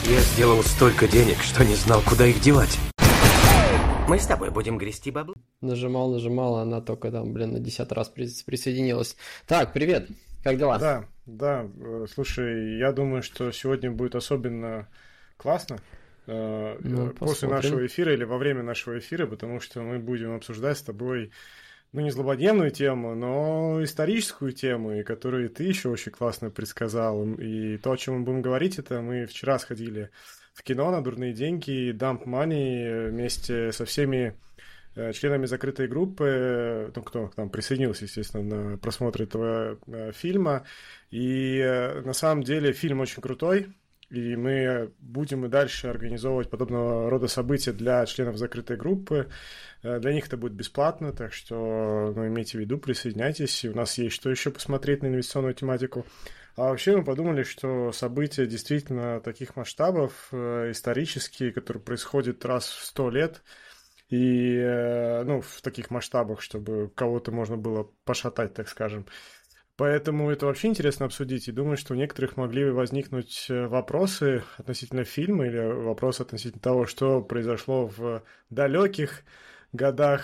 Я сделал столько денег, что не знал, куда их девать. Мы с тобой будем грести бабло. Нажимал, она только там, на 10 раз присоединилась. Так, привет, как дела? Да, слушай, я думаю, что сегодня будет особенно классно после Посмотрим. нашего эфира или во время нашего эфира, потому что мы будем обсуждать с тобой, не злободневную тему, но историческую тему, и которую ты еще очень классно предсказал. И то, о чем мы будем говорить, это мы вчера сходили в кино на «Дурные деньги», «Dump Money» вместе со всеми членами закрытой группы, кто к нам присоединился, естественно, на просмотр этого фильма. И на самом деле фильм очень крутой, и мы будем и дальше организовывать подобного рода события для членов закрытой группы. Для них это будет бесплатно, так что имейте в виду, присоединяйтесь. И у нас есть что еще посмотреть на инвестиционную тематику. А вообще мы подумали, что события действительно таких масштабов, исторические, которые происходят раз в 100 лет, и в таких масштабах, чтобы кого-то можно было пошатать, так скажем. Поэтому это вообще интересно обсудить. И думаю, что у некоторых могли возникнуть вопросы относительно фильма или вопросы относительно того, что произошло в далеких годах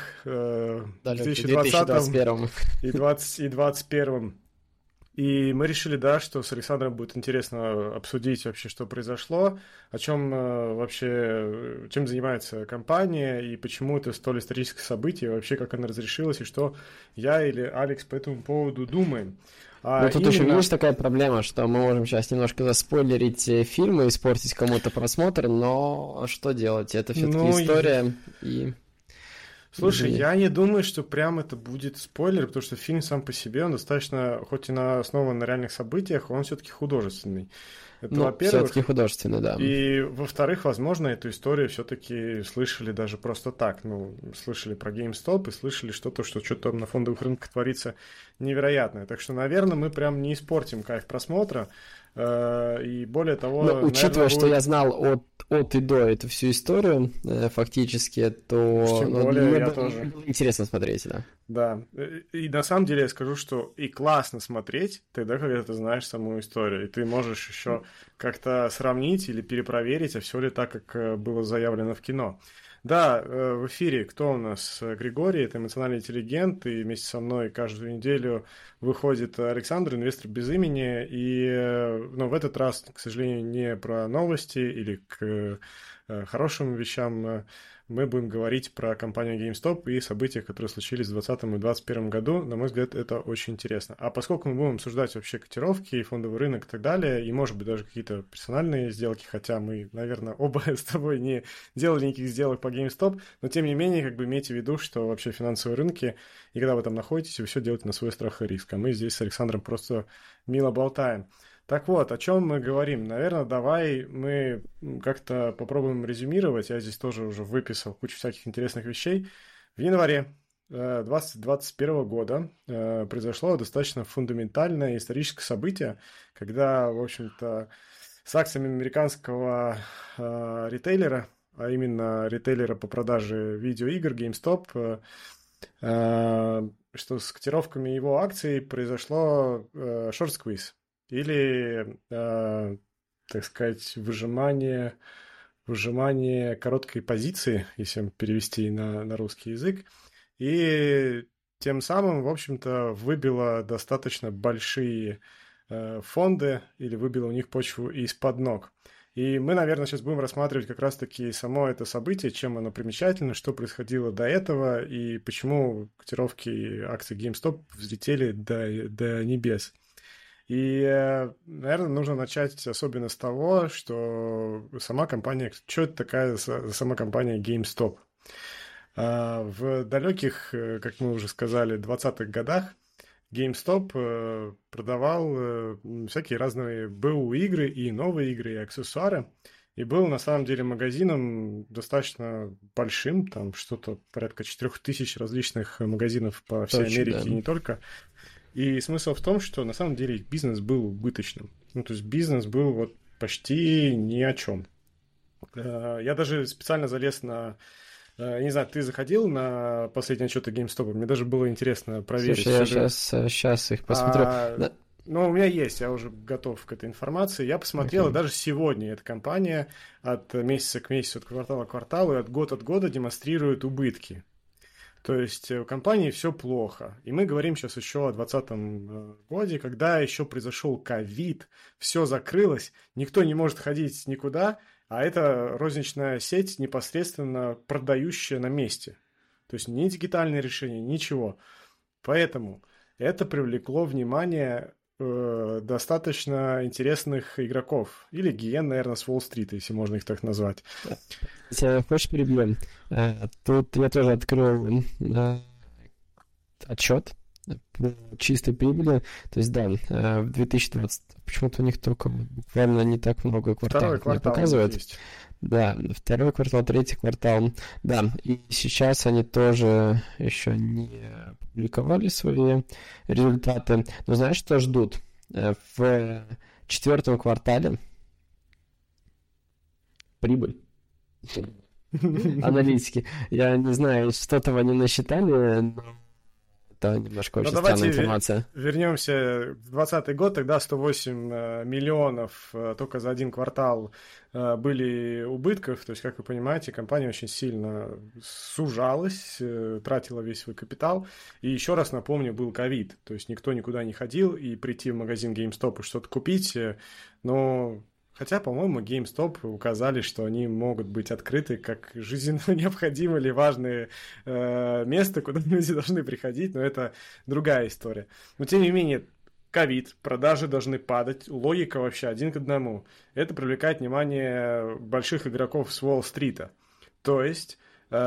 2020 и 2021. И мы решили, что с Александром будет интересно обсудить вообще, что произошло, о чем вообще, чем занимается компания, и почему это столь историческое событие, и вообще, как оно разрешилось, и что я или Алекс по этому поводу думаем. Тут еще, видишь, такая проблема, что мы можем сейчас немножко заспойлерить фильм и испортить кому-то просмотр, но что делать? Это все-таки история, и... Слушай, я не думаю, что прям это будет спойлер, потому что фильм сам по себе, он достаточно, хоть и основан на реальных событиях, он все-таки художественный. Это, во-первых, все-таки художественный, да. И, во-вторых, возможно, эту историю все-таки слышали даже просто так. Слышали про GameStop и слышали что-то там на фондовых рынках творится невероятное. Так что, наверное, мы прям не испортим кайф просмотра. И более того... Но учитывая, что я знал от и до эту всю историю, фактически, то... Тем более, я тоже. Интересно смотреть, да. Да, и на самом деле я скажу, что и классно смотреть тогда, когда ты знаешь саму историю, и ты можешь еще как-то сравнить или перепроверить, а все ли так, как было заявлено в кино. Да, в эфире кто у нас? Григорий, это эмоциональный интеллигент, и вместе со мной каждую неделю выходит Александр, инвестор без имени, но в этот раз, к сожалению, не про новости или к хорошим вещам. Мы будем говорить про компанию GameStop и события, которые случились в 2020 и 2021 году. На мой взгляд, это очень интересно. А поскольку мы будем обсуждать вообще котировки, фондовый рынок и так далее, и, может быть, даже какие-то персональные сделки, хотя мы, наверное, оба с тобой не делали никаких сделок по GameStop, но, тем не менее, имейте в виду, что вообще финансовые рынки, и когда вы там находитесь, вы все делаете на свой страх и риск. А мы здесь с Александром просто мило болтаем. Так вот, о чем мы говорим? Наверное, давай мы как-то попробуем резюмировать. Я здесь тоже уже выписал кучу всяких интересных вещей. В январе 2021 года произошло достаточно фундаментальное историческое событие, когда, в общем-то, с акциями американского ритейлера, а именно ритейлера по продаже видеоигр GameStop, что с котировками его акций произошло шорт-сквиз. Или, так сказать, выжимание короткой позиции, если перевести на русский язык. И тем самым, в общем-то, выбило достаточно большие фонды или выбило у них почву из-под ног. И мы, наверное, сейчас будем рассматривать как раз-таки само это событие, чем оно примечательно, что происходило до этого и почему котировки акций GameStop взлетели до небес. И, наверное, нужно начать особенно с того, что сама компания... Что это такая сама компания GameStop? В далеких, как мы уже сказали, 20-х годах GameStop продавал всякие разные БУ-игры и новые игры, и аксессуары. И был, на самом деле, магазином достаточно большим, там что-то порядка 4000 различных магазинов по всей Америке, да. И не только. И смысл в том, что на самом деле их бизнес был убыточным. То есть бизнес был почти ни о чем. Я даже специально залез на... Не знаю, ты заходил на последние отчеты GameStop? Мне даже было интересно проверить. Слушай, я сейчас их посмотрю. Ну, у меня есть, я уже готов к этой информации. Я посмотрел, и даже сегодня эта компания от месяца к месяцу, от квартала к кварталу и от года демонстрирует убытки. То есть у компании все плохо. И мы говорим сейчас еще о 2020 годе, когда еще произошел ковид, все закрылось, никто не может ходить никуда, а это розничная сеть, непосредственно продающая на месте. То есть ни дигитальные решения, ничего. Поэтому это привлекло внимание достаточно интересных игроков. Или гиен, наверное, с Уолл-стрита, если можно их так назвать. Хочешь перебью? Тут я тоже открыл отчет по чистой прибыли. То есть, да, в 2020 почему-то у них только буквально не так много кварталов показывает. Есть. Да, второй квартал, третий квартал. Да, и сейчас они тоже еще не публиковали свои результаты. Но знаешь, что ждут? В четвертом квартале прибыль. Аналитики. Я не знаю, что-то они насчитали, но это немножко очень странная информация. Вернемся в 2020 год, тогда 108 миллионов только за один квартал были убытков, то есть, как вы понимаете, компания очень сильно сужалась, тратила весь свой капитал, и еще раз напомню, был ковид, то есть никто никуда не ходил, и прийти в магазин GameStop и что-то купить, но... Хотя, по-моему, GameStop указали, что они могут быть открыты как жизненно необходимое или важное место, куда люди должны приходить, но это другая история. Но, тем не менее, ковид, продажи должны падать, логика вообще один к одному. Это привлекает внимание больших игроков с Уолл-стрита. То есть...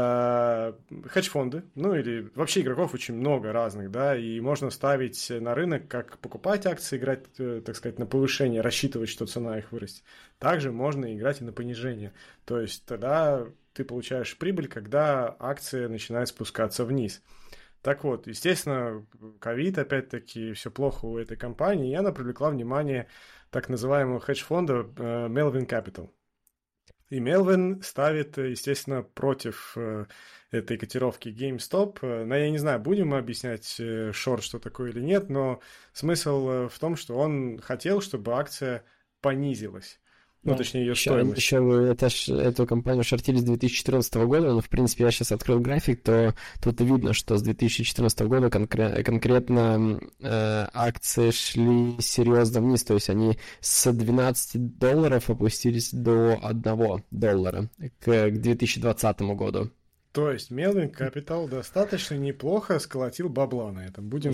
хедж-фонды, ну или вообще игроков очень много разных, да, и можно ставить на рынок, как покупать акции, играть, так сказать, на повышение, рассчитывать, что цена их вырастет. Также можно играть и на понижение. То есть тогда ты получаешь прибыль, когда акции начинают спускаться вниз. Так вот, естественно, ковид, опять-таки, все плохо у этой компании, и она привлекла внимание так называемого хедж-фонда Melvin Capital. И Melvin ставит, естественно, против этой котировки GameStop. Но я не знаю, будем мы объяснять шорт, что такое или нет, но смысл в том, что он хотел, чтобы акция понизилась. Ну, точнее, ее стоимость. Еще эту компанию шортили с 2014 года, но, в принципе, я сейчас открыл график, то тут видно, что с 2014 года конкретно акции шли серьезно вниз, то есть они с $12 опустились до $1 к 2020 году. То есть Melvin Capital достаточно неплохо сколотил бабла на этом. Будем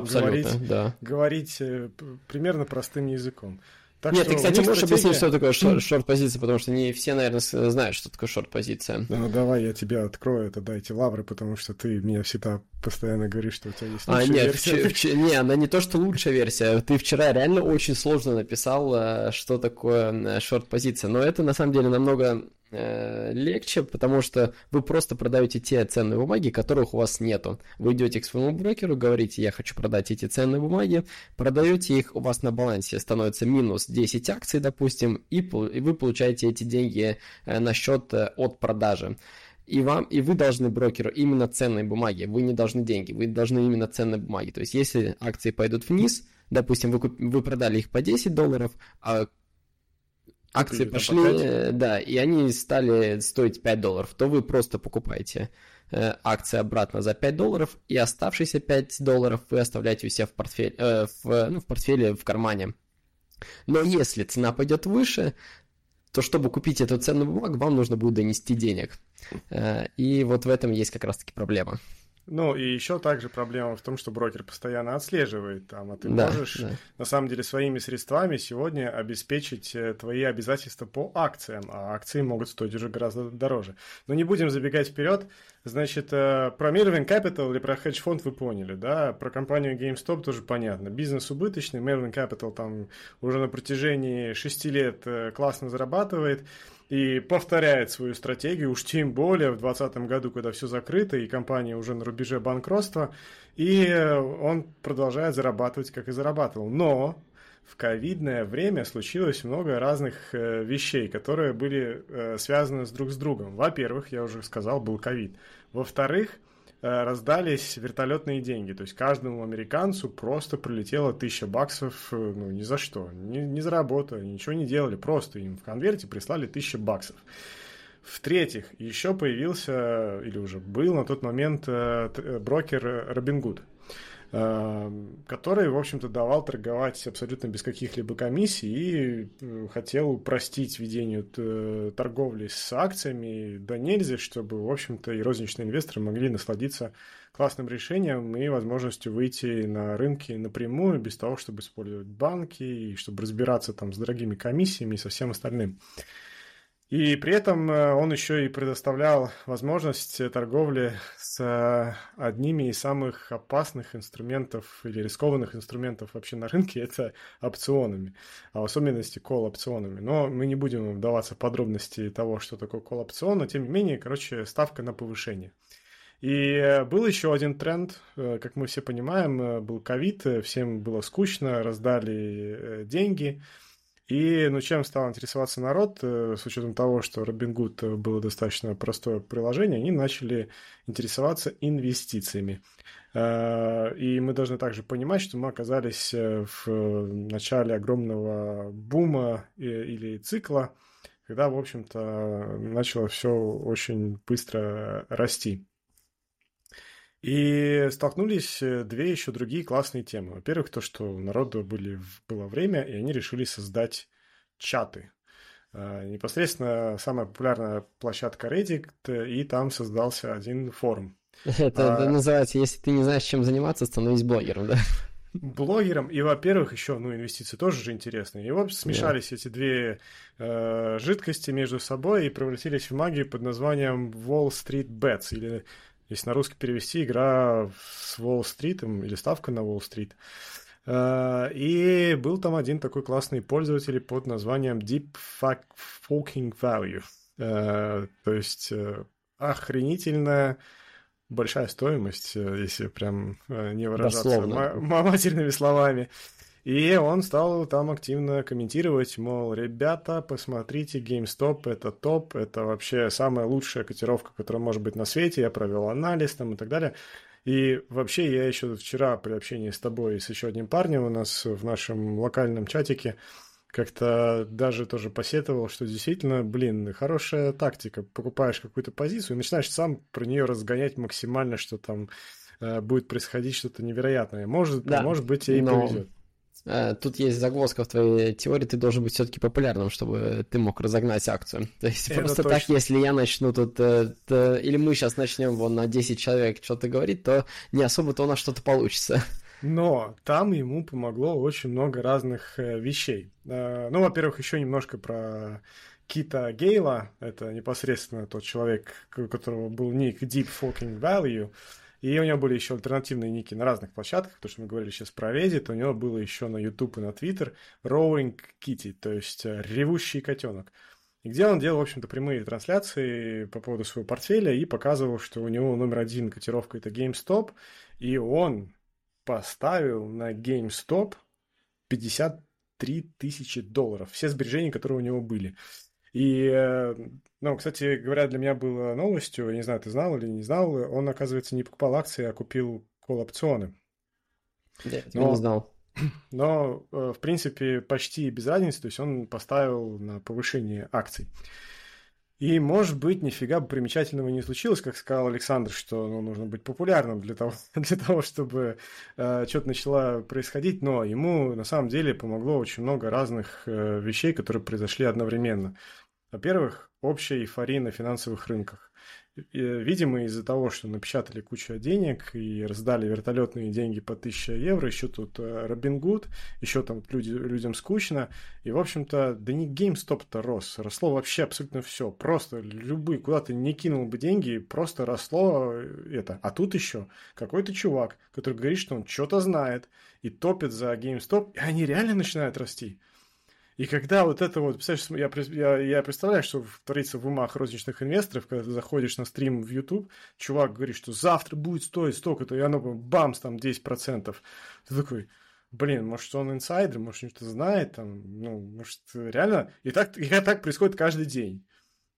говорить примерно простым языком. Так нет, ты, кстати, можешь объяснить, что такое шорт-позиция, потому что не все, наверное, знают, что такое шорт-позиция. Ну, давай я тебя открою, тогда эти лавры, потому что ты меня всегда постоянно говоришь, что у тебя есть лучшая версия. Не, она не то, что лучшая версия. Ты вчера реально очень сложно написал, что такое шорт-позиция. Но это, на самом деле, намного легче, потому что вы просто продаете те ценные бумаги, которых у вас нету. Вы идете к своему брокеру, говорите, я хочу продать эти ценные бумаги, продаете их, у вас на балансе становится минус 10 акций, допустим, и вы получаете эти деньги на счет от продажи. И вы должны брокеру именно ценные бумаги, вы не должны деньги, вы должны именно ценные бумаги. То есть, если акции пойдут вниз, допустим, вы продали их по $10, а акции пошли, да, и они стали стоить $5, то вы просто покупаете акции обратно за $5, и оставшиеся $5 вы оставляете у себя в портфеле, в кармане. Но если цена пойдет выше, то чтобы купить эту ценную бумагу, вам нужно будет донести денег. И вот в этом есть как раз-таки проблема. Ну, и еще также проблема в том, что брокер постоянно отслеживает там, а ты можешь, на самом деле, своими средствами сегодня обеспечить твои обязательства по акциям, а акции могут стоить уже гораздо дороже. Но не будем забегать вперед. Значит, про Melvin Capital или про хедж-фонд вы поняли, да? Про компанию GameStop тоже понятно. Бизнес убыточный, Melvin Capital там уже на протяжении 6 лет классно зарабатывает и повторяет свою стратегию, уж тем более в 2020 году, когда все закрыто, и компания уже на рубеже банкротства, и он продолжает зарабатывать, как и зарабатывал. Но в ковидное время случилось много разных вещей, которые были связаны друг с другом. Во-первых, я уже сказал, был ковид. Во-вторых, раздались вертолетные деньги. То есть каждому американцу просто прилетело 1000 баксов, ну, ни за что. Не за работу, ничего не делали, просто им в конверте прислали 1000 баксов. В-третьих, еще появился, или уже был на тот момент брокер Robinhood, который, в общем-то, давал торговать абсолютно без каких-либо комиссий и хотел упростить ведение торговли с акциями до нельзя, чтобы, в общем-то, и розничные инвесторы могли насладиться классным решением и возможностью выйти на рынки напрямую, без того, чтобы использовать банки, и чтобы разбираться там с дорогими комиссиями и со всем остальным. И при этом он еще и предоставлял возможность торговли с одними из самых опасных инструментов или рискованных инструментов вообще на рынке, это опционами, а в особенности колл-опционами. Но мы не будем вдаваться в подробности того, что такое колл-опцион, но тем не менее, короче, ставка на повышение. И был еще один тренд, как мы все понимаем, был ковид, всем было скучно, раздали деньги. И, ну, чем стал интересоваться народ, с учетом того, что Robinhood было достаточно простое приложение, они начали интересоваться инвестициями. И мы должны также понимать, что мы оказались в начале огромного бума или цикла, когда, в общем-то, начало все очень быстро расти. И столкнулись две еще другие классные темы. Во-первых, то, что у народа было время, и они решили создать чаты. Непосредственно самая популярная площадка Reddit, и там создался один форум. Это называется, если ты не знаешь, чем заниматься, становись блогером, да? Блогером, и, во-первых, еще, ну, инвестиции тоже же интересные. И вот смешались эти две жидкости между собой и превратились в магию под названием Wall Street Bets, или... Если на русский перевести, игра с Уолл-стритом или ставка на Уолл-стрит. И был там один такой классный пользователь под названием Deep Fucking Value. То есть охренительная большая стоимость, если прям не выражаться матерными словами. И он стал там активно комментировать, мол, ребята, посмотрите, GameStop это топ, это вообще самая лучшая котировка, которая может быть на свете, я провел анализ там и так далее. И вообще я еще вчера при общении с тобой и с еще одним парнем у нас в нашем локальном чатике как-то даже тоже посетовал, что действительно, блин, хорошая тактика. Покупаешь какую-то позицию и начинаешь сам про нее разгонять максимально, что там будет происходить что-то невероятное. Может быть, ей повезет. Тут есть загвоздка в твоей теории, ты должен быть все-таки популярным, чтобы ты мог разогнать акцию. То есть это просто точно. Так, если я начну тут, или мы сейчас начнем вон на 10 человек что-то говорить, то не особо-то у нас что-то получится. Но там ему помогло очень много разных вещей. Ну, во-первых, еще немножко про Кита Гейла, это непосредственно тот человек, у которого был ник Deep Fucking Value. И у него были еще альтернативные ники на разных площадках, потому что мы говорили сейчас про Reddit, у него было еще на YouTube и на Twitter Roaring Kitty, то есть ревущий котенок. И где он делал, в общем-то, прямые трансляции по поводу своего портфеля и показывал, что у него номер один котировка это GameStop, и он поставил на GameStop $53 тысячи, все сбережения, которые у него были. И, ну, кстати говоря, для меня было новостью, я не знаю, ты знал или не знал, он, оказывается, не покупал акции, а купил колл-опционы. Я не знал. Но, в принципе, почти без разницы, то есть он поставил на повышение акций. И, может быть, нифига бы примечательного не случилось, как сказал Александр, что нужно быть популярным для того, чтобы что-то начало происходить, но ему на самом деле помогло очень много разных вещей, которые произошли одновременно. Во-первых, общая эйфория на финансовых рынках. Видимо, из-за того, что напечатали кучу денег и раздали вертолетные деньги по 1000 евро, еще тут Robinhood, еще там людям скучно. И, в общем-то, да не GameStop-то росло вообще абсолютно все. Просто любые, куда ты не кинул бы деньги, просто росло это. А тут еще какой-то чувак, который говорит, что он что-то знает и топит за GameStop, и они реально начинают расти. И когда вот это вот, представляешь, я представляю, что творится в умах розничных инвесторов, когда ты заходишь на стрим в YouTube, чувак говорит, что завтра будет стоить столько-то, и оно бамс, там 10%. Ты такой, блин, может, он инсайдер, может, что-то знает, там, ну, может, реально... И так происходит каждый день.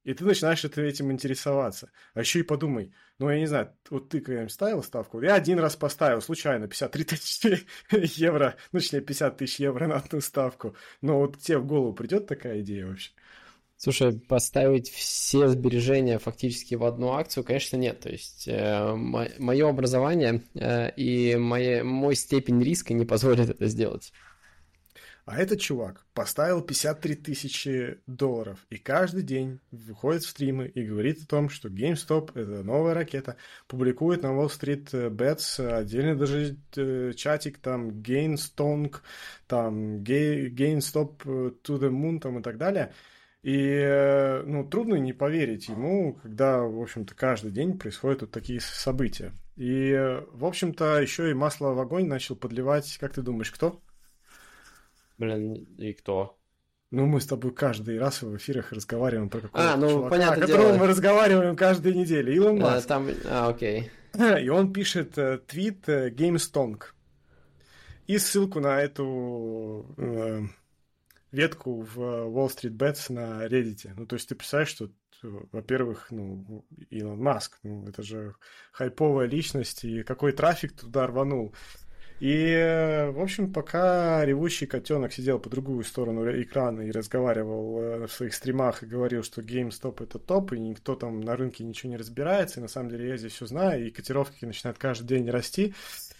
И ты начинаешь этим интересоваться. А еще и подумай, ну, я не знаю, вот ты когда-нибудь ставил ставку? Я один раз поставил, случайно, 53 тысячи евро, ну, точнее, 50 тысяч евро на одну ставку. Но вот тебе в голову придет такая идея вообще? Слушай, поставить все сбережения фактически в одну акцию, конечно, нет. То есть мое образование и мой степень риска не позволит это сделать. А этот чувак поставил 53 тысячи долларов и каждый день выходит в стримы и говорит о том, что GameStop – это новая ракета, публикует на Wall Street Bets отдельно даже чатик, там GameStonk, там GameStop to the Moon там, и так далее. И, ну, трудно не поверить ему, когда, в общем-то, каждый день происходят вот такие события. И, в общем-то, еще и масло в огонь начал подливать, как ты думаешь, кто? Блин, и кто? Ну, мы с тобой каждый раз в эфирах разговариваем про какого-то ну, чувака, понятное о котором дело. мы разговариваем каждую неделю. Илон Маск. Окей. И он пишет твит GameStonk. И ссылку на эту ветку в Wall Street Bets на Reddit. Ну, то есть ты представляешь, что, во-первых, ну, Илон Маск, ну, это же хайповая личность, и какой трафик туда рванул. И, в общем, пока ревущий котенок сидел по другую сторону экрана и разговаривал в своих стримах и говорил, что GameStop это топ, и никто там на рынке ничего не разбирается, и на самом деле я здесь все знаю, и котировки начинают каждый день расти,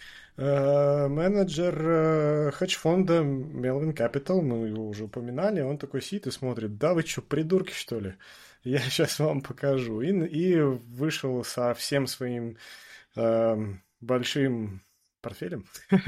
менеджер хедж-фонда Melvin Capital, мы его уже упоминали, он такой сидит и смотрит: да вы что, придурки, что ли? Я сейчас вам покажу. И вышел со всем своим большим портфелем.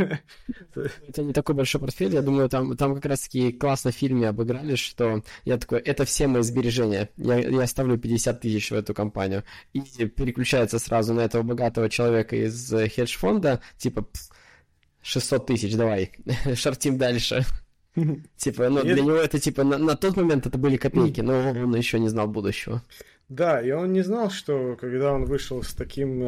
Это не такой большой портфель, я думаю, там как раз-таки классно в фильме обыграли, что я такой, это все мои сбережения, я ставлю 50 тысяч в эту компанию, и переключается сразу на этого богатого человека из хедж-фонда, типа, 600 тысяч, давай, шортим дальше. Типа, ну, для него это, типа, на тот момент это были копейки, но он еще не знал будущего. Да, и он не знал, что когда он вышел с таким...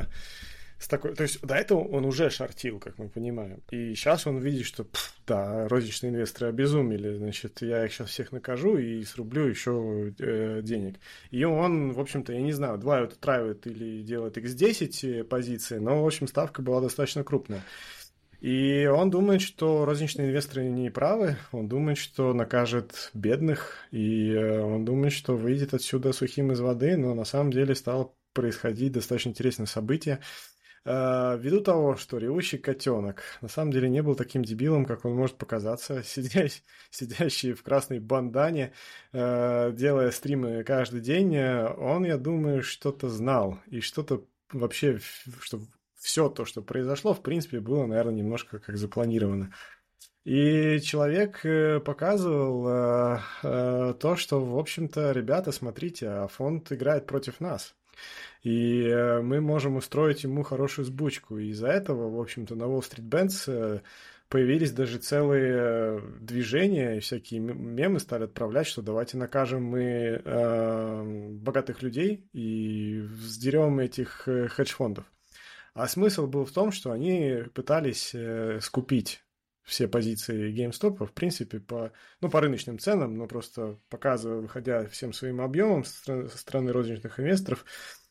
То есть до этого он уже шортил, как мы понимаем. И сейчас он видит, что, да, розничные инвесторы обезумели, значит, я их сейчас всех накажу и срублю еще денег. И он, в общем-то, я не знаю, Двайт устраивает или делает X10 позиции, но, в общем, ставка была достаточно крупная. И он думает, что розничные инвесторы не правы, он думает, что накажет бедных, и он думает, что выйдет отсюда сухим из воды, но на самом деле стало происходить достаточно интересное событие. Ввиду того, что ревущий котенок на самом деле не был таким дебилом, как он может показаться, сидящий в красной бандане, делая стримы каждый день, он, я думаю, что-то знал, и что-то вообще, что все то, что произошло, в принципе, было, наверное, немножко как запланировано. И человек показывал то, что, в общем-то, ребята, смотрите, а фонд играет против нас. И мы можем устроить ему хорошую сбучку. И из-за этого, в общем-то, на Wall Street Bets появились даже целые движения, и всякие мемы стали отправлять, что давайте накажем мы богатых людей и вздерем этих хедж-фондов. А смысл был в том, что они пытались скупить все позиции GameStop, в принципе, по рыночным ценам, но просто показывая, выходя всем своим объемом со стороны розничных инвесторов,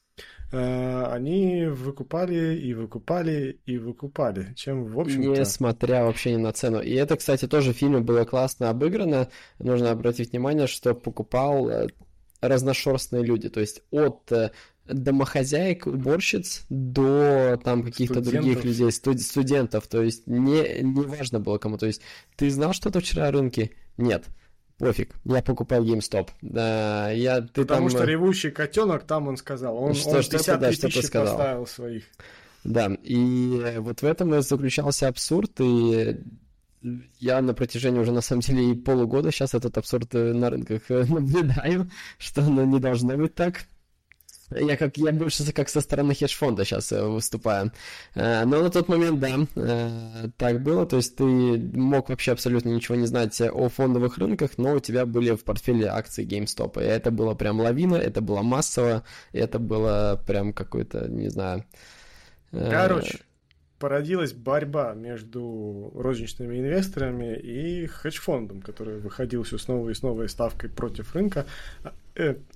они выкупали и выкупали и выкупали, чем, в общем-то... Несмотря вообще ни на цену. И это, кстати, тоже в фильме было классно обыграно. Нужно обратить внимание, что покупал разношерстные люди, то есть от домохозяек, уборщиц до там каких-то других людей, студентов, то есть не важно было кому. То есть ты знал что-то вчера о рынке? Нет. Пофиг, я покупаю GameStop. Да, Потому что ревущий котенок, там он сказал, он 53 тысячи поставил своих. Да, и вот в этом и заключался абсурд, и я на протяжении уже, на самом деле, и полугода сейчас этот абсурд на рынках наблюдаю, что оно не должно быть так. Я больше как со стороны хедж-фонда сейчас выступаю. Но на тот момент, да, так было. То есть ты мог вообще абсолютно ничего не знать о фондовых рынках, но у тебя были в портфеле акции GameStop. И это было прям лавина, это было массово, это было прям какой-то, не знаю... Короче, породилась борьба между розничными инвесторами и хедж-фондом, который выходил все с новой и с новой ставкой против рынка.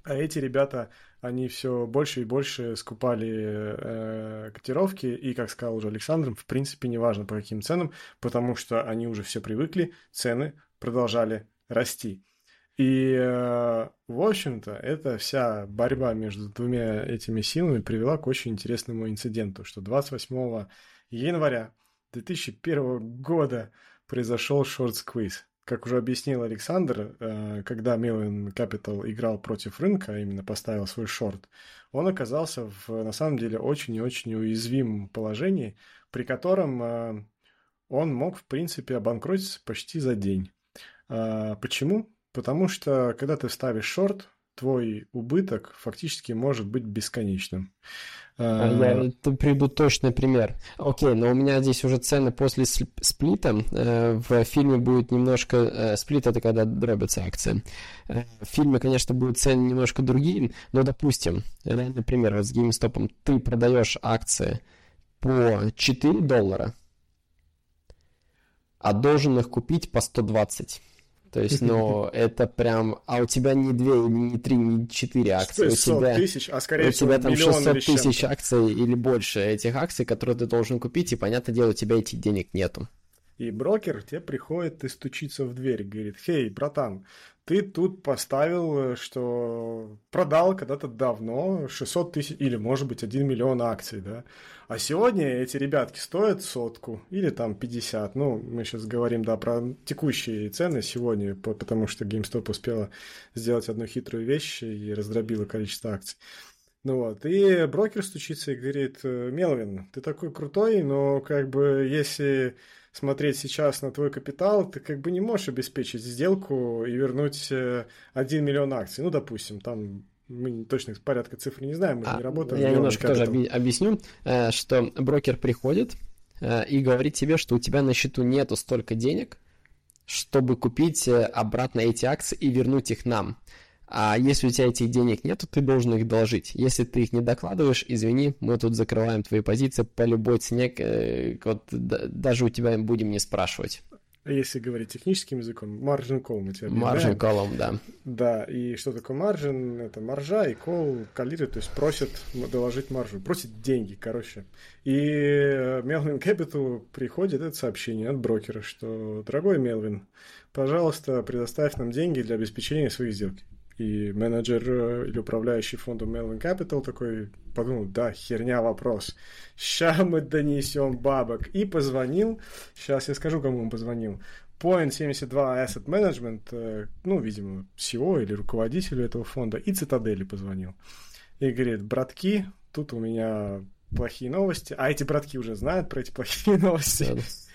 А эти ребята, они все больше и больше скупали котировки, и, как сказал уже Александр, в принципе, неважно по каким ценам, потому что они уже все привыкли, цены продолжали расти. И, в общем-то, эта вся борьба между двумя этими силами привела к очень интересному инциденту, что 28 января 2001 года произошел шорт-сквиз. Как уже объяснил Александр, когда Melvin Capital играл против рынка, а именно поставил свой шорт, он оказался на самом деле очень и очень уязвимом положении, при котором он мог, в принципе, обанкротиться почти за день. Почему? Потому что, когда ты ставишь шорт, твой убыток фактически может быть бесконечным. Я приведу точный пример. Окей, но у меня здесь уже цены после сплита. В фильме будет немножко... Сплит — это когда дробятся акции. В фильме, конечно, будут цены немножко другие, но, допустим, реальный пример с GameStop. Ты продаешь акции по $4, а должен их купить по 120. То есть, ну, это прям... А у тебя не 2, не 3, не 4 акции. 600 тысяч, а скорее всего у тебя там 600 тысяч чем-то. акций или больше этих акций, которые ты должен купить, и, понятное дело, у тебя этих денег нету. И брокер тебе приходит и стучится в дверь, говорит: «Хей, братан, ты тут поставил, что продал когда-то давно 600 тысяч или, может быть, 1 миллион акций, да? А сегодня эти ребятки стоят 100 или там 50. Ну, мы сейчас говорим, да, про текущие цены сегодня, потому что GameStop успела сделать одну хитрую вещь и раздробила количество акций. Ну вот, и брокер стучится и говорит: Мелвин, ты такой крутой, но как бы если смотреть сейчас на твой капитал, ты как бы не можешь обеспечить сделку и вернуть 1 миллион акций. Ну, допустим, там мы точно порядка цифр не знаем, мы же не работаем. Я немножко тоже объясню, что брокер приходит и говорит тебе, что у тебя на счету нету столько денег, чтобы купить обратно эти акции и вернуть их нам. А если у тебя этих денег нет, то ты должен их доложить. Если ты их не докладываешь, извини, мы тут закрываем твои позиции по любой цене, вот даже у тебя будем не спрашивать. Если говорить техническим языком, margin call мы тебе объявляем. Margin call, да. Да, и что такое margin? Это маржа, и call коллирует, то есть просят доложить маржу, просят деньги, короче. И Melvin Capital приходит это сообщение от брокера, что: дорогой Мелвин, пожалуйста, предоставь нам деньги для обеспечения своих сделок. И менеджер или управляющий фондом Melvin Capital такой подумал: да, херня вопрос. Ща мы донесем бабок. И позвонил, сейчас я скажу, кому он позвонил. Point 72 Asset Management, ну, видимо, CEO или руководителю этого фонда, и Цитадели позвонил. И говорит: братки, тут у меня плохие новости. А эти братки уже знают про эти плохие новости.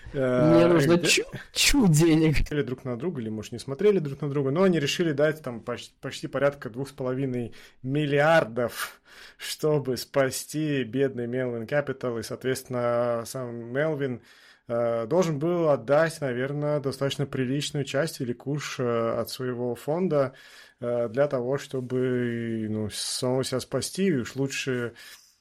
Мне нужно чуть денег. Смотрели друг на друга, или, может, не смотрели друг на друга, но они решили дать там почти порядка 2,5 миллиардов, чтобы спасти бедный Melvin Capital, и, соответственно, сам Melvin должен был отдать, наверное, достаточно приличную часть или куш от своего фонда для того, чтобы самого себя спасти, и уж лучше,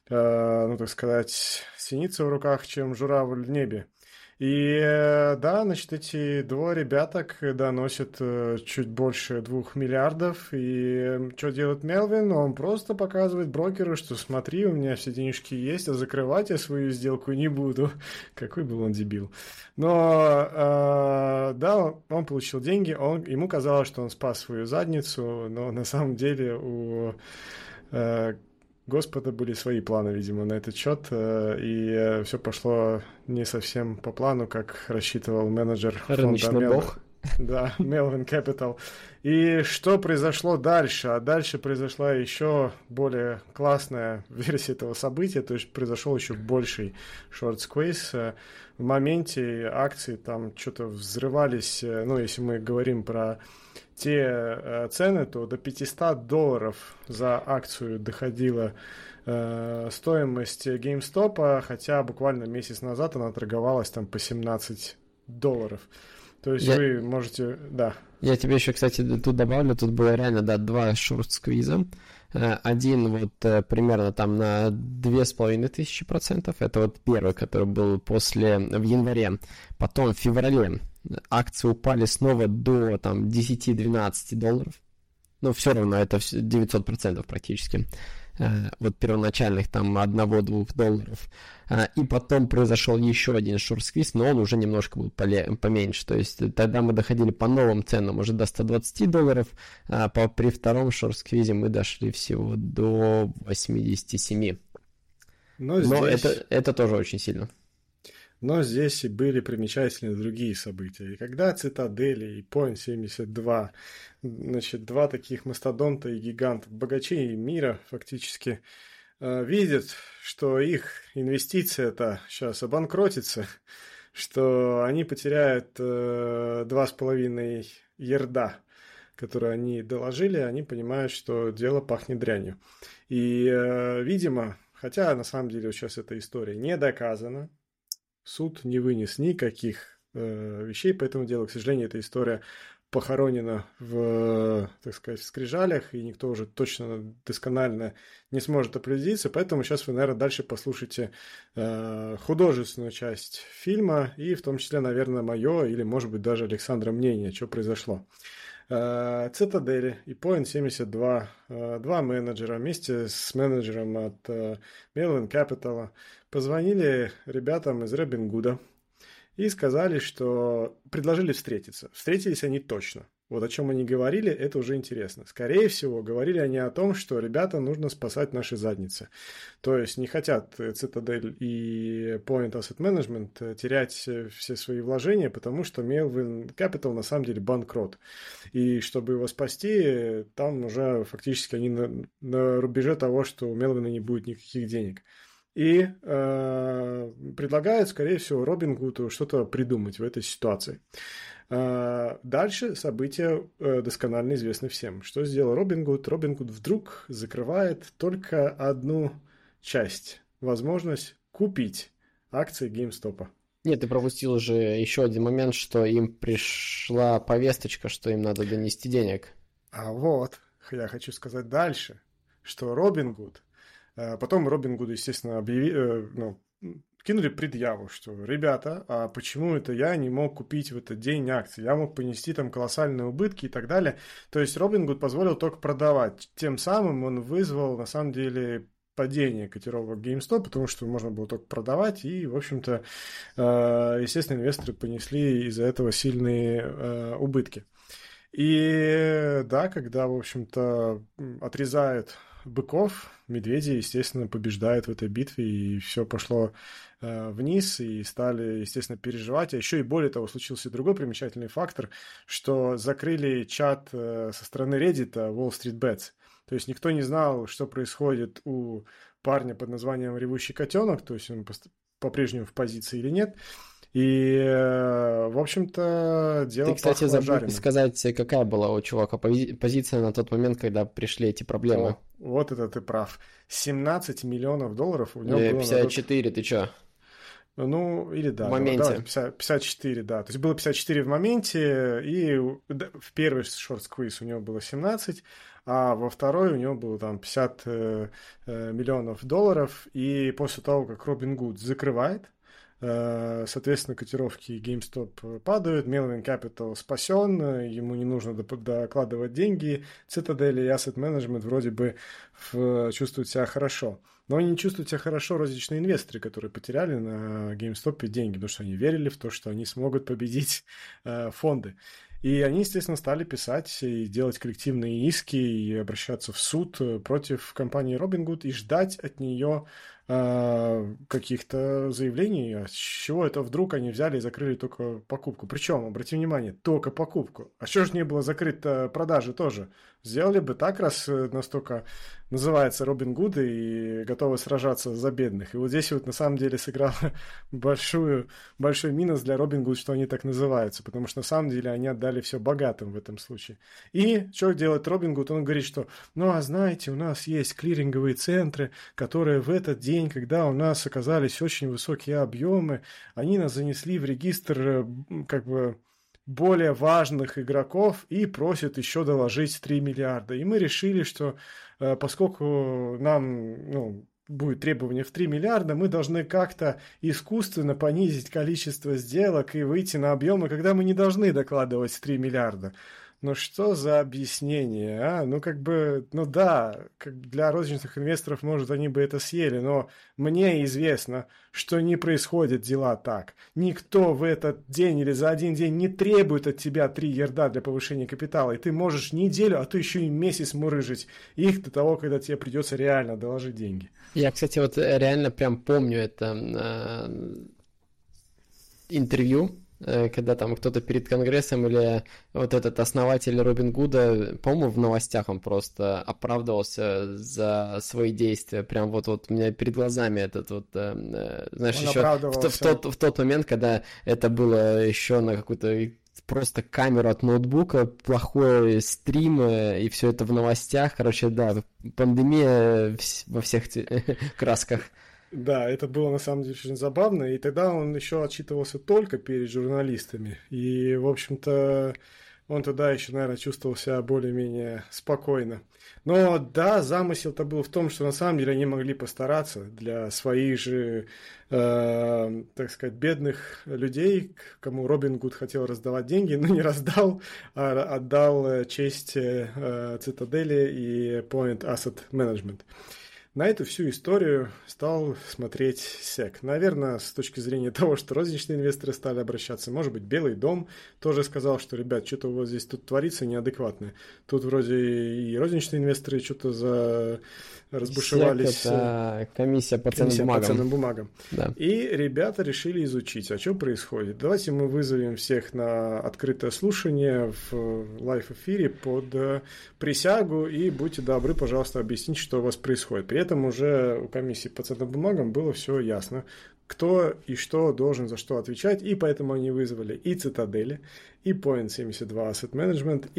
так сказать, синица в руках, чем журавль в небе. И да, значит, эти двое ребяток доносят чуть больше 2 миллиардов. И что делает Мелвин? Он просто показывает брокеру, что смотри, у меня все денежки есть, а закрывать я свою сделку не буду. Какой был он дебил. Но да, он получил деньги, ему казалось, что он спас свою задницу, но на самом деле у Господа были свои планы, видимо, на этот счет, и все пошло не совсем по плану, как рассчитывал менеджер рыночный бог. Да, Melvin Capital. И что произошло дальше? А дальше произошла еще более классная версия этого события, то есть произошел еще больший шорт-сквиз. В моменте акции там что-то взрывались, ну, если мы говорим про те цены, то до $500 за акцию доходила стоимость GameStop, хотя буквально месяц назад она торговалась там по $17. То есть вы можете... Да. Я тебе еще, кстати, тут добавлю, тут было реально, да, 2 шорт-сквиза. Один вот примерно там на 2500%, это вот первый, который был в январе. Потом в феврале акции упали снова до там $10-12. но все равно это 900% практически. Вот первоначальных там $1-2. И потом произошел еще один шорт-сквиз, но он уже немножко был поменьше. То есть тогда мы доходили по новым ценам уже до $120, при втором шорт-сквизе мы дошли всего до 87. Но здесь... это тоже очень сильно. Но здесь и были примечательны другие события. И когда Цитадели и Point72, значит, два таких мастодонта и гиганта, богачей мира фактически, видят, что их инвестиция-то сейчас обанкротится, что они потеряют 2,5 ярда, которые они доложили, они понимают, что дело пахнет дрянью. И, видимо, хотя на самом деле сейчас эта история не доказана, суд не вынес никаких вещей по этому делу. К сожалению, эта история похоронена в, так сказать, в скрижалях, и никто уже точно досконально не сможет определиться. Поэтому сейчас вы, наверное, дальше послушайте художественную часть фильма, и в том числе, наверное, мое или, может быть, даже Александра мнение, что произошло. Цитадели и Point72, два менеджера вместе с менеджером от Melvin Capital позвонили ребятам из Robinhood и сказали, что предложили встретиться. Встретились они точно. Вот о чем они говорили, это уже интересно. Скорее всего, говорили они о том, что, ребята, нужно спасать наши задницы. То есть не хотят Citadel и Point Asset Management терять все свои вложения, потому что Melvin Capital на самом деле банкрот. И чтобы его спасти, там уже фактически они на рубеже того, что у Melvin не будет никаких денег. И предлагают, скорее всего, Robinhood что-то придумать в этой ситуации. Дальше события досконально известны всем. Что сделал Robinhood? Robinhood вдруг закрывает только одну часть. Возможность купить акции GameStop. Нет, ты пропустил уже еще один момент, что им пришла повесточка, что им надо донести денег. А вот, я хочу сказать дальше, что Robinhood... Потом Robinhood, естественно, кинули предъяву, что, ребята, а почему это я не мог купить в этот день акции? Я мог понести там колоссальные убытки и так далее. То есть Robinhood позволил только продавать. Тем самым он вызвал, на самом деле, падение котировок GameStop, потому что можно было только продавать, и, в общем-то, естественно, инвесторы понесли из-за этого сильные убытки. И да, когда, в общем-то, отрезают быков, медведи, естественно, побеждают в этой битве, и все пошло вниз, и стали, естественно, переживать. А еще и более того, случился другой примечательный фактор, что закрыли чат со стороны Reddit Wall Street Bets. То есть никто не знал, что происходит у парня под названием «Ревущий котенок», то есть он по-прежнему в позиции или нет. И, в общем-то, дело Ты, кстати, забыл жареным. сказать, какая была у чувака позиция на тот момент, когда пришли эти проблемы. Вот это ты прав. $17 миллионов у него было... 54, ты чё? Ну, или да. В моменте. Да, 54, да. То есть было 54 в моменте, и в первый шорт-сквиз у него было 17, а во второй у него было там 50 миллионов долларов, и после того, как Robinhood закрывает, соответственно, котировки GameStop падают, Melvin Capital спасен, ему не нужно докладывать деньги, Citadel и Asset Management вроде бы чувствуют себя хорошо. Но они не чувствуют себя хорошо розничные инвесторы, которые потеряли на GameStop деньги, потому что они верили в то, что они смогут победить фонды. И они, естественно, стали писать и делать коллективные иски и обращаться в суд против компании Robinhood и ждать от нее каких-то заявлений, с чего это вдруг они взяли и закрыли только покупку. Причем, обрати внимание, только покупку. А что же не было закрыто продажи тоже? Сделали бы так, раз настолько называется Robinhood и готовы сражаться за бедных. И вот здесь вот на самом деле сыграл большой минус для Robinhood, что они так называются, потому что на самом деле они отдали все богатым в этом случае. И что делает Robinhood? Он говорит, что, ну а знаете, у нас есть клиринговые центры, которые в этот день, когда у нас оказались очень высокие объемы, они нас занесли в регистр как бы более важных игроков и просят еще доложить 3 миллиарда. И мы решили, что поскольку нам будет требование в 3 миллиарда, мы должны как-то искусственно понизить количество сделок и выйти на объемы, когда мы не должны докладывать 3 миллиарда. Ну что за объяснение, а? Ну как бы, ну да, как для розничных инвесторов, может, они бы это съели, но мне известно, что не происходят дела так. Никто в этот день или за один день не требует от тебя 3 ярда для повышения капитала, и ты можешь неделю, а то еще и месяц мурыжить их до того, когда тебе придется реально доложить деньги. Я, кстати, вот реально прям помню это интервью, когда там кто-то перед Конгрессом или вот этот основатель Робин Гуда, по-моему, в новостях он просто оправдывался за свои действия. Прям вот у меня перед глазами этот вот, знаешь, Он еще в тот момент, когда это было еще на какую-то просто камеру от ноутбука, плохой стрим, и все это в новостях. Короче, да, пандемия во всех красках. Да, это было на самом деле очень забавно, и тогда он еще отчитывался только перед журналистами, и, в общем-то, он тогда еще, наверное, чувствовал себя более-менее спокойно. Но да, замысел-то был в том, что на самом деле они могли постараться для своих же, так сказать, бедных людей, кому Робин Гуд хотел раздавать деньги, но не раздал, а отдал честь Цитадели и Point Asset Management. На эту всю историю стал смотреть SEC. Наверное, с точки зрения того, что розничные инвесторы стали обращаться. Может быть, Белый дом тоже сказал, что, ребят, что-то у вас здесь тут творится неадекватное. Тут вроде и розничные инвесторы что-то разбушевались. SEC — это комиссия по ценным бумагам. Да. И ребята решили изучить, а что происходит. Давайте мы вызовем всех на открытое слушание в лайв-эфире под присягу, и будьте добры, пожалуйста, объяснить, что у вас происходит. При этом уже у комиссии по ценным бумагам было все ясно, кто и что должен за что отвечать, и поэтому они вызвали и Цитадели, и Point 72 Asset Management,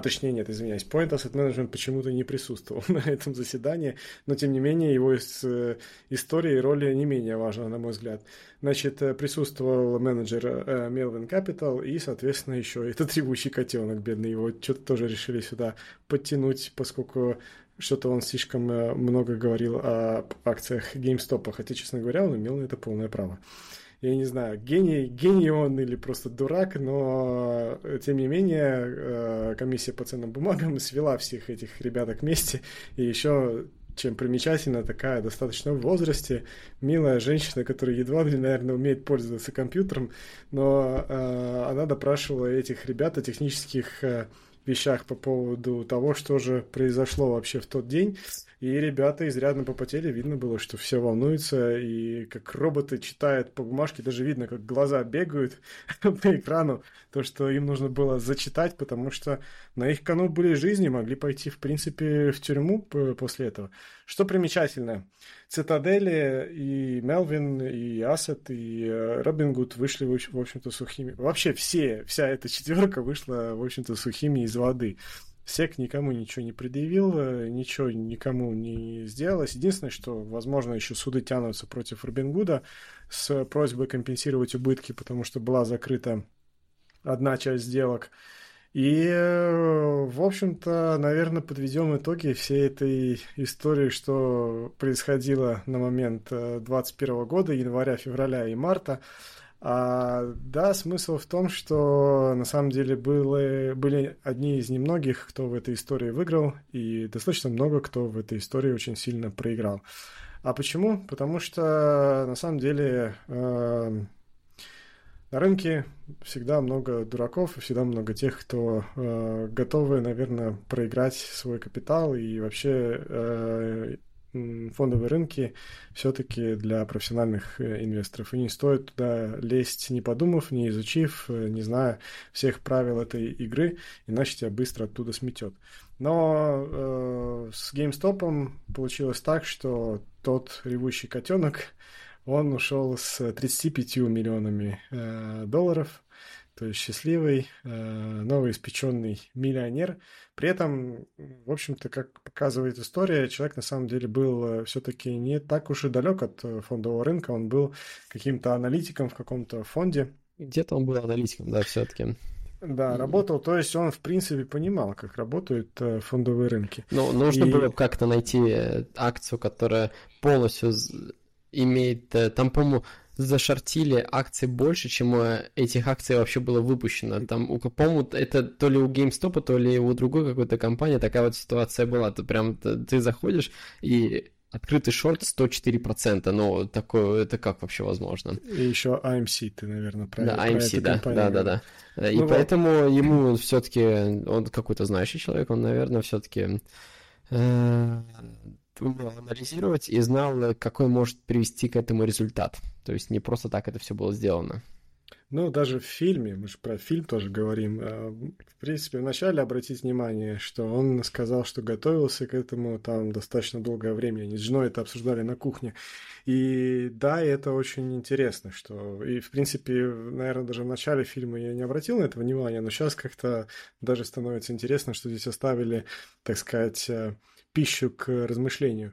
Point Asset Management почему-то не присутствовал на этом заседании, но тем не менее его история и роли не менее важна, на мой взгляд. Значит, присутствовал менеджер Melvin Capital и, соответственно, еще этот ревущий котенок бедный, его что-то тоже решили сюда подтянуть, поскольку что-то он слишком много говорил о акциях GameStop, хотя, честно говоря, он имел на это полное право. Я не знаю, гений он или просто дурак, но, тем не менее, комиссия по ценным бумагам свела всех этих ребяток вместе, и еще, чем примечательно, такая достаточно в возрасте, милая женщина, которая едва ли, наверное, умеет пользоваться компьютером, но она допрашивала этих ребят о технических вещах по поводу того, что же произошло вообще в тот день. И ребята изрядно попотели, видно было, что все волнуются, и как роботы читают по бумажке, даже видно, как глаза бегают по экрану, то, что им нужно было зачитать, потому что на их кону были жизни, могли пойти, в принципе, в тюрьму после этого. Что примечательно, Цитадели и Мелвин, и Asset, и Робин Гуд вышли, в общем-то, сухими. Вообще вся эта четверка вышла, в общем-то, сухими из воды. SEC никому ничего не предъявил, ничего никому не сделалось. Единственное, что, возможно, еще суды тянутся против Робин Гуда с просьбой компенсировать убытки, потому что была закрыта одна часть сделок. И, в общем-то, наверное, подведем итоги всей этой истории, что происходило на момент 2021 года, января, февраля и марта. Да, смысл в том, что на самом деле были одни из немногих, кто в этой истории выиграл, и достаточно много кто в этой истории очень сильно проиграл. А почему? Потому что на самом деле на рынке всегда много дураков, и всегда много тех, кто готовы, наверное, проиграть свой капитал, и вообще фондовые рынки все-таки для профессиональных инвесторов. И не стоит туда лезть, не подумав, не изучив, не зная всех правил этой игры, иначе тебя быстро оттуда сметет. Но с GameStop получилось так, что тот ревущий котенок, он ушел с 35 миллионами долларов, то есть счастливый, новоиспеченный миллионер. При этом, в общем-то, как показывает история, человек на самом деле был все-таки не так уж и далек от фондового рынка, он был каким-то аналитиком в каком-то фонде. Где-то он был аналитиком, да, все-таки. Да, работал, то есть он, в принципе, понимал, как работают фондовые рынки. Ну, нужно было как-то найти акцию, которая полностью имеет, там, по-моему, зашортили акции больше, чем этих акций вообще было выпущено. Там, по-моему, это то ли у GameStop, то ли у другой какой-то компании такая вот ситуация была. Ты прям ты заходишь и открытый шорт 104%. Ну, такое, это как вообще возможно? И еще AMC, ты, наверное, правильно. Да, AMC, да. И ну, поэтому ему все-таки, он какой-то знающий человек, он, наверное, все-таки умел анализировать и знал, какой может привести к этому результат. То есть не просто так это все было сделано. Ну, даже в фильме, мы же про фильм тоже говорим, в принципе, вначале обратить внимание, что он сказал, что готовился к этому там достаточно долгое время, они с женой это обсуждали на кухне, и да, это очень интересно, что, и в принципе, наверное, даже в начале фильма я не обратил на это внимания, но сейчас как-то даже становится интересно, что здесь оставили, так сказать, пищу к размышлению.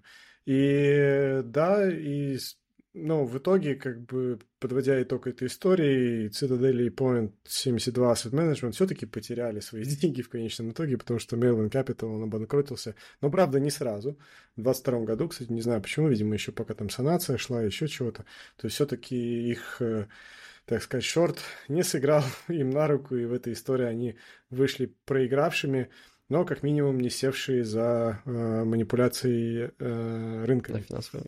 И да, и ну, в итоге, как бы, подводя итог этой истории, Citadel и Point 72 Asset Management все-таки потеряли свои деньги в конечном итоге, потому что Melvin Capital, он обанкротился. Но, правда, не сразу. В 2022 году, кстати, не знаю почему, видимо, еще пока там санация шла, еще чего-то. То есть все-таки их, так сказать, шорт не сыграл им на руку, и в этой истории они вышли проигравшими, но как минимум не севшие за манипуляции рынками.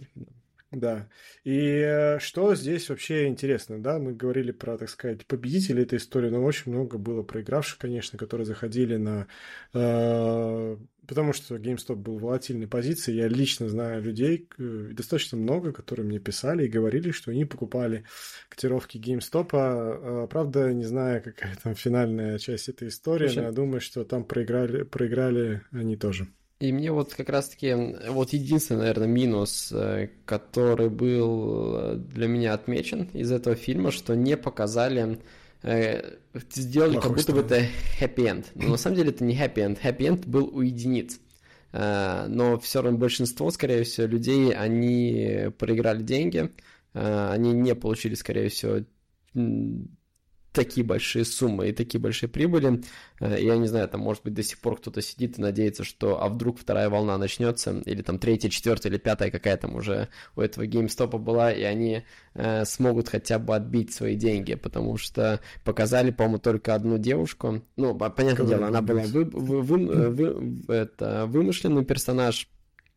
Да. И что здесь вообще интересно, да, мы говорили про, так сказать, победителей этой истории, но очень много было проигравших, конечно, которые заходили на... Потому что GameStop был в волатильной позиции, я лично знаю людей, достаточно много, которые мне писали и говорили, что они покупали котировки GameStop, правда, не знаю, какая там финальная часть этой истории, но я думаю, что там проиграли они тоже. И мне вот как раз-таки, вот единственный, наверное, минус, который был для меня отмечен из этого фильма, что не показали, сделали как будто бы это happy-end. Но на самом деле это не happy-end. Happy-end был у единиц. Но все равно большинство, скорее всего, людей, они проиграли деньги, они не получили, скорее всего, такие большие суммы и такие большие прибыли. Я не знаю, там, может быть, до сих пор кто-то сидит и надеется, что, а вдруг вторая волна начнется, или там третья, четвертая или пятая какая там уже у этого GameStop была, и они смогут хотя бы отбить свои деньги, потому что показали, по-моему, только одну девушку. Ну, понятное дело, она была вымышленный персонаж,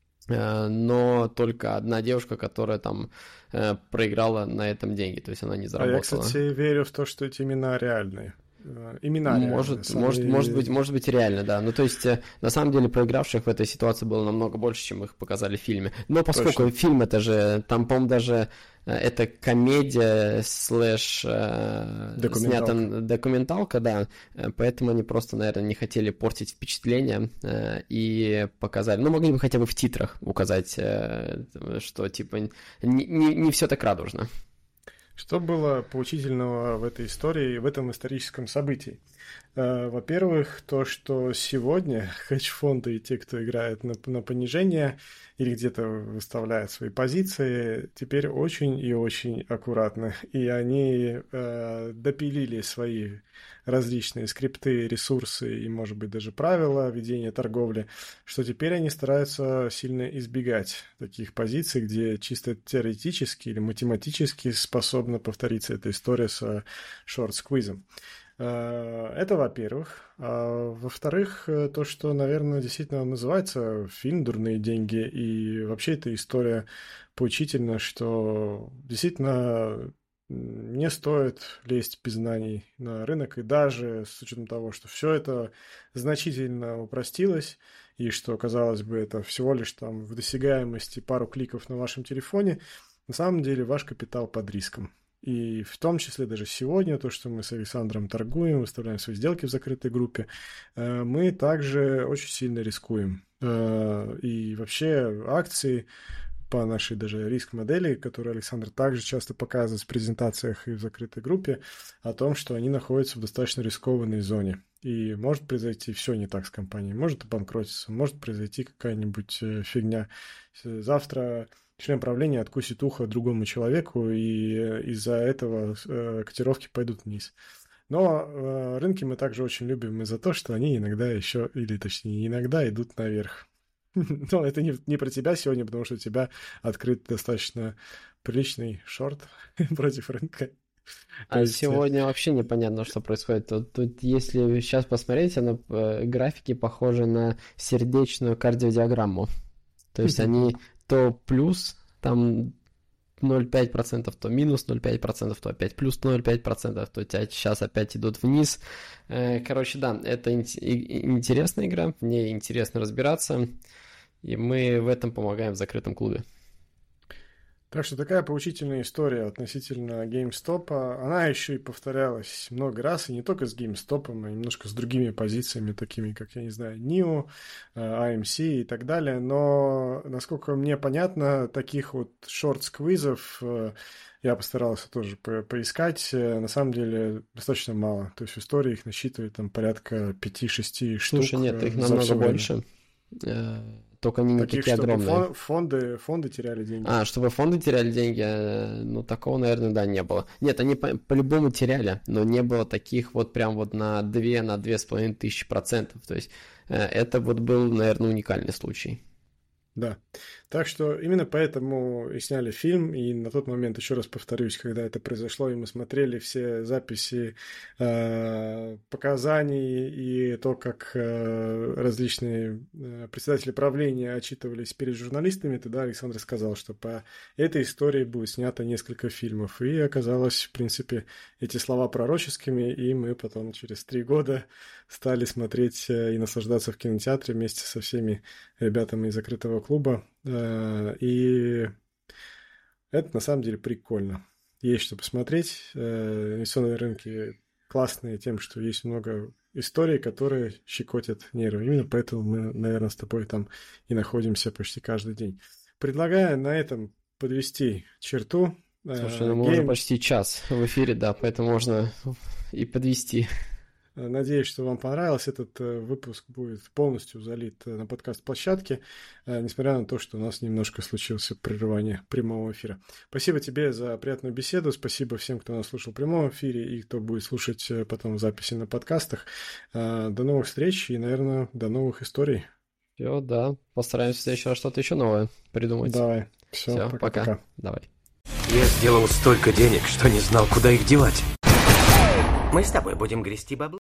но только одна девушка, которая там проиграла на этом деньги, то есть она не заработала. А я, кстати, верю в то, что эти имена реальные. Имена может быть реально, да. Ну, то есть, на самом деле, проигравших в этой ситуации было намного больше, чем их показали в фильме. Но поскольку фильм, это же, там, по-моему, даже это комедия слэш снята документалка, да, поэтому они просто, наверное, не хотели портить впечатление и показали, ну, могли бы хотя бы в титрах указать, что, типа, не все так радужно. Что было поучительного в этой истории, в этом историческом событии? Во-первых, то, что сегодня хедж-фонды и те, кто играет на понижение или где-то выставляет свои позиции, теперь очень и очень аккуратны. И они допилили свои различные скрипты, ресурсы и, может быть, даже правила ведения торговли, что теперь они стараются сильно избегать таких позиций, где чисто теоретически или математически способна повториться эта история с шорт-сквизом. Это, во-первых. Во-вторых, то, что, наверное, действительно называется фильм «Дурные деньги», и вообще эта история поучительна, что действительно не стоит лезть без знаний на рынок, и даже с учетом того, что все это значительно упростилось, и что, казалось бы, это всего лишь там в досягаемости пару кликов на вашем телефоне, на самом деле ваш капитал под риском. И в том числе даже сегодня, то, что мы с Александром торгуем, выставляем свои сделки в закрытой группе, мы также очень сильно рискуем. И вообще акции по нашей даже риск-модели, которую Александр также часто показывает в презентациях и в закрытой группе, о том, что они находятся в достаточно рискованной зоне. И может произойти все не так с компанией. Может обанкротиться, может произойти какая-нибудь фигня. Завтра член правления откусит ухо другому человеку, и из-за этого котировки пойдут вниз. Но рынки мы также очень любим из-за того, что они иногда еще, или точнее иногда идут наверх. Но это не про тебя сегодня, потому что у тебя открыт достаточно приличный шорт против рынка. А сегодня вообще непонятно, что происходит. Тут если сейчас посмотреть, графики похожи на сердечную кардиодиаграмму. То есть они то плюс, там 0,5%, то минус 0,5%, то опять плюс 0,5%, то сейчас опять идут вниз. Короче, да, это интересная игра, в ней интересно разбираться, и мы в этом помогаем в закрытом клубе. Так что такая поучительная история относительно GameStop. Она еще и повторялась много раз, и не только с GameStop, а немножко с другими позициями, такими как, я не знаю, NIO, AMC и так далее. Но, насколько мне понятно, таких вот шорт-сквизов я постарался тоже поискать. На самом деле достаточно мало. То есть в истории их насчитывает там порядка 5-6 штук. Слушай, нет, их намного больше. Только они не такие огромные. Фонды теряли деньги. Чтобы фонды теряли деньги, ну, такого, наверное, да, не было. Нет, они по-любому теряли, но не было таких вот прям вот на 2-2,5 тысячи процентов. То есть это вот был, наверное, уникальный случай. Да. Так что именно поэтому и сняли фильм, и на тот момент, еще раз повторюсь, когда это произошло, и мы смотрели все записи показаний и то, как различные председатели правления отчитывались перед журналистами, тогда Александр сказал, что по этой истории будет снято несколько фильмов. И оказалось, в принципе, эти слова пророческими, и мы потом через 3 года стали смотреть и наслаждаться в кинотеатре вместе со всеми ребятами из закрытого клуба. И это на самом деле прикольно. Есть что посмотреть. Инвестиционные рынки классные тем, что есть много историй, которые щекотят нервы. Именно поэтому мы, наверное, с тобой там и находимся почти каждый день. Предлагаю на этом подвести черту. Слушай, мы уже почти час в эфире, да, поэтому можно и подвести. Надеюсь, что вам понравился. Этот выпуск будет полностью залит на подкаст-площадке, несмотря на то, что у нас немножко случилось прерывание прямого эфира. Спасибо тебе за приятную беседу. Спасибо всем, кто нас слушал в прямом эфире и кто будет слушать потом записи на подкастах. До новых встреч и, наверное, до новых историй. Все, да. Постараемся в следующий раз что-то еще новое придумать. Давай. Все, пока. Давай. Я сделал столько денег, что не знал, куда их девать. Мы с тобой будем грести бабло.